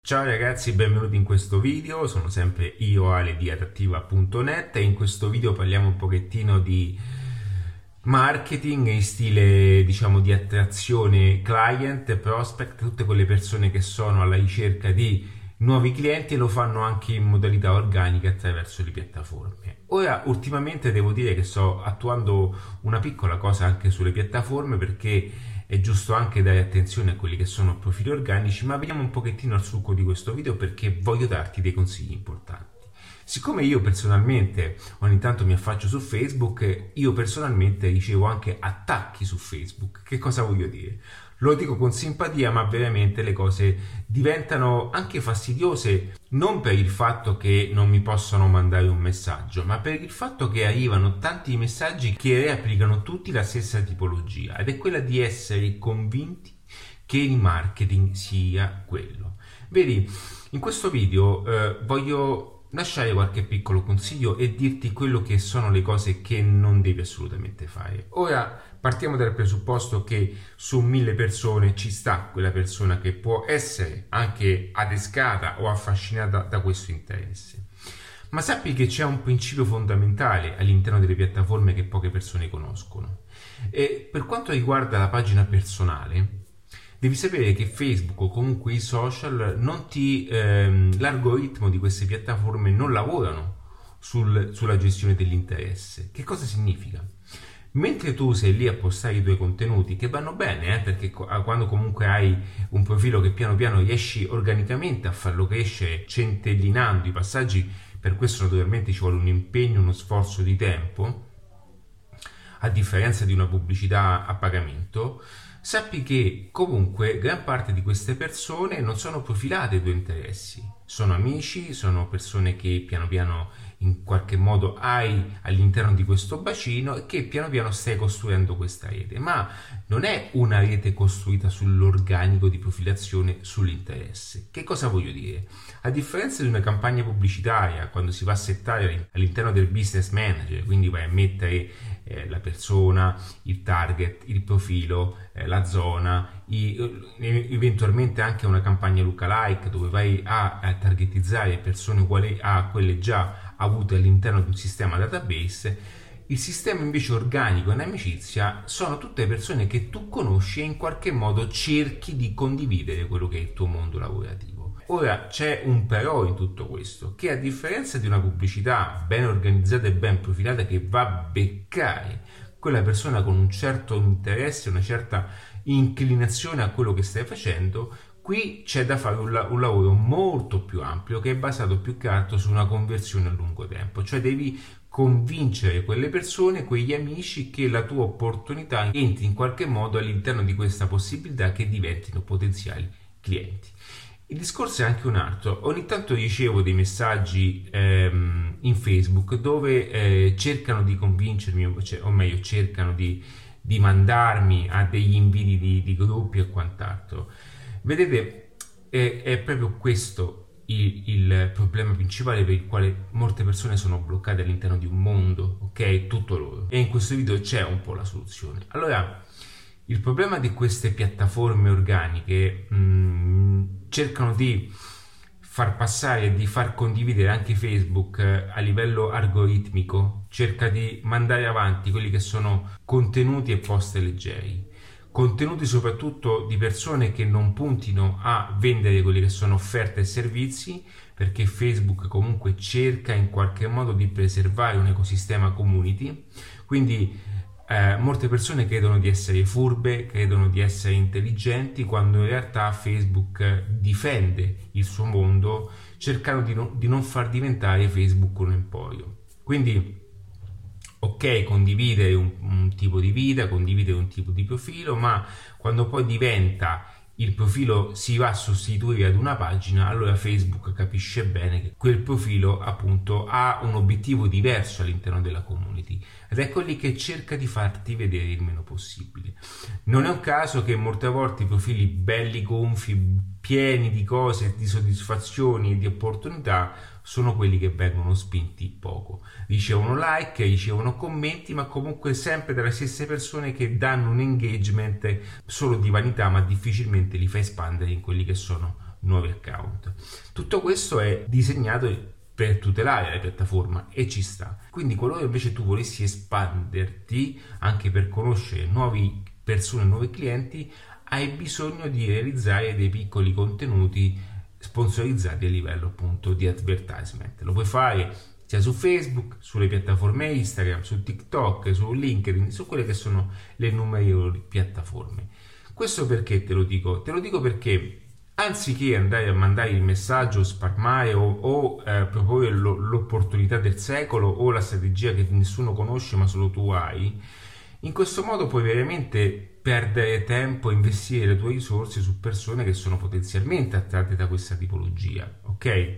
Ciao ragazzi, benvenuti in questo video, sono sempre io Ale di adattiva.net e in questo video parliamo un pochettino di marketing in stile di attrazione client e prospect, tutte quelle persone che sono alla ricerca di nuovi clienti e lo fanno anche in modalità organica attraverso le piattaforme. Ora, ultimamente devo dire che sto attuando una piccola cosa anche sulle piattaforme perché è giusto anche dare attenzione a quelli che sono profili organici, ma veniamo un pochettino al succo di questo video perché voglio darti dei consigli importanti. Siccome io personalmente ogni tanto mi affaccio su Facebook, io personalmente ricevo anche attacchi su Facebook. Che cosa voglio dire? Lo dico con simpatia, ma veramente le cose diventano anche fastidiose, non per il fatto che non mi possano mandare un messaggio, ma per il fatto che arrivano tanti messaggi che replicano tutti la stessa tipologia, ed è quella di essere convinti che il marketing sia quello. Vedi, in questo video voglio lasciare qualche piccolo consiglio e dirti quello che sono le cose che non devi assolutamente fare. Ora partiamo dal presupposto che su 1000 persone ci sta quella persona che può essere anche adescata o affascinata da questo interesse. Ma sappi che c'è un principio fondamentale all'interno delle piattaforme che poche persone conoscono. E per quanto riguarda la pagina personale, devi sapere che Facebook o comunque i social l'algoritmo di queste piattaforme non lavorano sulla gestione dell'interesse. Che cosa significa? Mentre tu sei lì a postare i tuoi contenuti, che vanno bene, perché quando comunque hai un profilo che piano piano riesci organicamente a farlo crescere centellinando i passaggi, per questo naturalmente ci vuole un impegno, uno sforzo di tempo, a differenza di una pubblicità a pagamento. Sappi che comunque gran parte di queste persone non sono profilate ai tuoi interessi, sono amici, sono persone che piano piano in qualche modo hai all'interno di questo bacino e che piano piano stai costruendo questa rete, ma non è una rete costruita sull'organico di profilazione sull'interesse. Che cosa voglio dire? A differenza di una campagna pubblicitaria, quando si va a settare all'interno del business manager, quindi vai a mettere la persona, il target, il profilo, la zona, eventualmente anche una campagna lookalike dove vai a targetizzare persone uguali a quelle già avute all'interno di un sistema database. Il sistema invece organico in amicizia sono tutte persone che tu conosci e in qualche modo cerchi di condividere quello che è il tuo mondo lavorativo. Ora c'è un però in tutto questo, che a differenza di una pubblicità ben organizzata e ben profilata che va a beccare quella persona con un certo interesse, una certa inclinazione a quello che stai facendo, qui c'è da fare un lavoro molto più ampio che è basato più che altro su una conversione a lungo tempo, cioè devi convincere quelle persone, quegli amici, che la tua opportunità entri in qualche modo all'interno di questa possibilità che diventino potenziali clienti. Il discorso è anche un altro. Ogni tanto ricevo dei messaggi in Facebook dove cercano di convincermi, o meglio cercano di mandarmi a degli inviti di gruppi e quant'altro. Vedete, è proprio questo il problema principale per il quale molte persone sono bloccate all'interno di un mondo, ok? Tutto loro. E in questo video c'è un po' la soluzione. Allora, il problema di queste piattaforme organiche cercano di far passare e di far condividere anche Facebook a livello algoritmico, cerca di mandare avanti quelli che sono contenuti e post leggeri, contenuti soprattutto di persone che non puntino a vendere quelli che sono offerte e servizi, perché Facebook comunque cerca in qualche modo di preservare un ecosistema community, quindi molte persone credono di essere furbe, credono di essere intelligenti, quando in realtà Facebook difende il suo mondo cercando di non far diventare Facebook un emporio. Quindi ok, condividere un tipo di vita, condividere un tipo di profilo, ma quando poi diventa il profilo si va a sostituire ad una pagina, allora Facebook capisce bene che quel profilo appunto ha un obiettivo diverso all'interno della community ed ecco lì che cerca di farti vedere il meno possibile. Non è un caso che molte volte i profili belli, gonfi, pieni di cose, di soddisfazioni e di opportunità sono quelli che vengono spinti poco, ricevono like, ricevono commenti, ma comunque sempre dalle stesse persone che danno un engagement solo di vanità, ma difficilmente li fa espandere in quelli che sono nuovi account. Tutto questo è disegnato per tutelare la piattaforma e ci sta. Quindi qualora invece tu volessi espanderti anche per conoscere nuove persone, nuovi clienti, hai bisogno di realizzare dei piccoli contenuti sponsorizzati a livello appunto di advertisement. Lo puoi fare sia su Facebook, sulle piattaforme Instagram, su TikTok, su LinkedIn, su quelle che sono le innumerevoli piattaforme. Questo perché te lo dico? Te lo dico perché anziché andare a mandare il messaggio, spalmare o proporre l'opportunità del secolo o la strategia che nessuno conosce ma solo tu hai, in questo modo puoi veramente perdere tempo e investire le tue risorse su persone che sono potenzialmente attratte da questa tipologia, ok?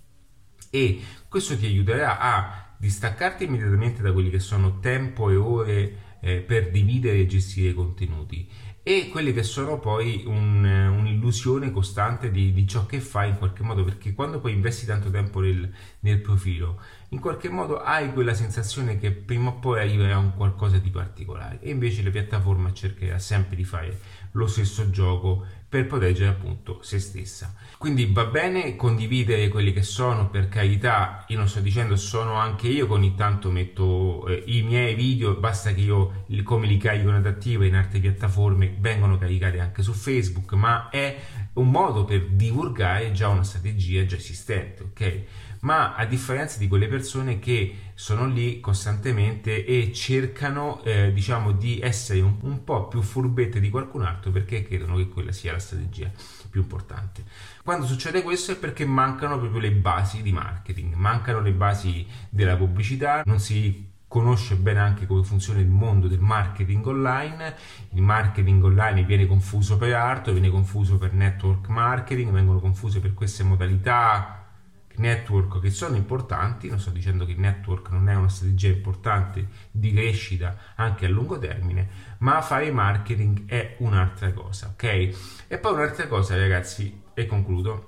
E questo ti aiuterà a distaccarti immediatamente da quelli che sono tempo e ore per dividere e gestire i contenuti e quelli che sono poi un'illusione costante di ciò che fai in qualche modo, perché quando poi investi tanto tempo nel profilo, in qualche modo hai quella sensazione che prima o poi arriverà un qualcosa di particolare, e invece la piattaforma cercherà sempre di fare lo stesso gioco per proteggere appunto se stessa. Quindi va bene condividere quelli che sono, per carità, io non sto dicendo sono anche io che ogni tanto metto i miei video, basta che io come li carico in adattiva in altre piattaforme vengono caricati anche su Facebook, ma è un modo per divulgare già una strategia già esistente, ok? Ma a differenza di quelle persone che sono lì costantemente e cercano diciamo di essere un po' più furbette di qualcun altro perché credono che quella sia la strategia più importante. Quando succede questo è perché mancano proprio le basi di marketing, mancano le basi della pubblicità, non si conosce bene anche come funziona il mondo del marketing online. Il marketing online viene confuso per altro, viene confuso per network marketing, vengono confuse per queste modalità network che sono importanti. Non sto dicendo che il network non è una strategia importante di crescita anche a lungo termine, ma fare marketing è un'altra cosa, ok? E poi un'altra cosa, ragazzi, e concludo.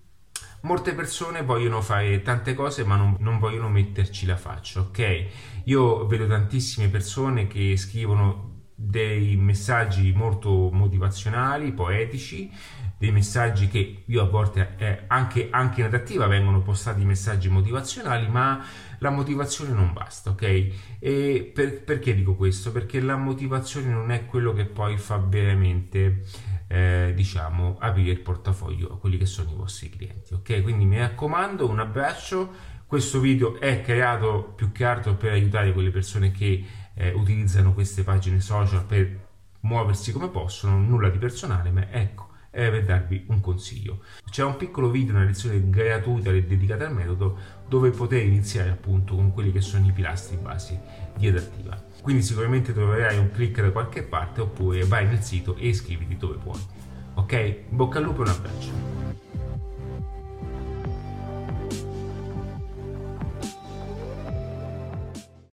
Molte persone vogliono fare tante cose ma non vogliono metterci la faccia, ok? Io vedo tantissime persone che scrivono dei messaggi molto motivazionali, poetici, dei messaggi che io a volte anche in adattiva vengono postati messaggi motivazionali, ma la motivazione non basta, ok? E perché dico questo? Perché la motivazione non è quello che poi fa veramente diciamo aprire il portafoglio a quelli che sono i vostri clienti, ok? Quindi mi raccomando, un abbraccio. Questo video è creato più che altro per aiutare quelle persone che utilizzano queste pagine social per muoversi come possono, nulla di personale, ma ecco, è per darvi un consiglio. C'è un piccolo video, una lezione gratuita dedicata al metodo, dove potete iniziare appunto con quelli che sono i pilastri basi di adattiva. Quindi sicuramente troverai un click da qualche parte, oppure vai nel sito e iscriviti dove puoi. Ok? Bocca al lupo e un abbraccio.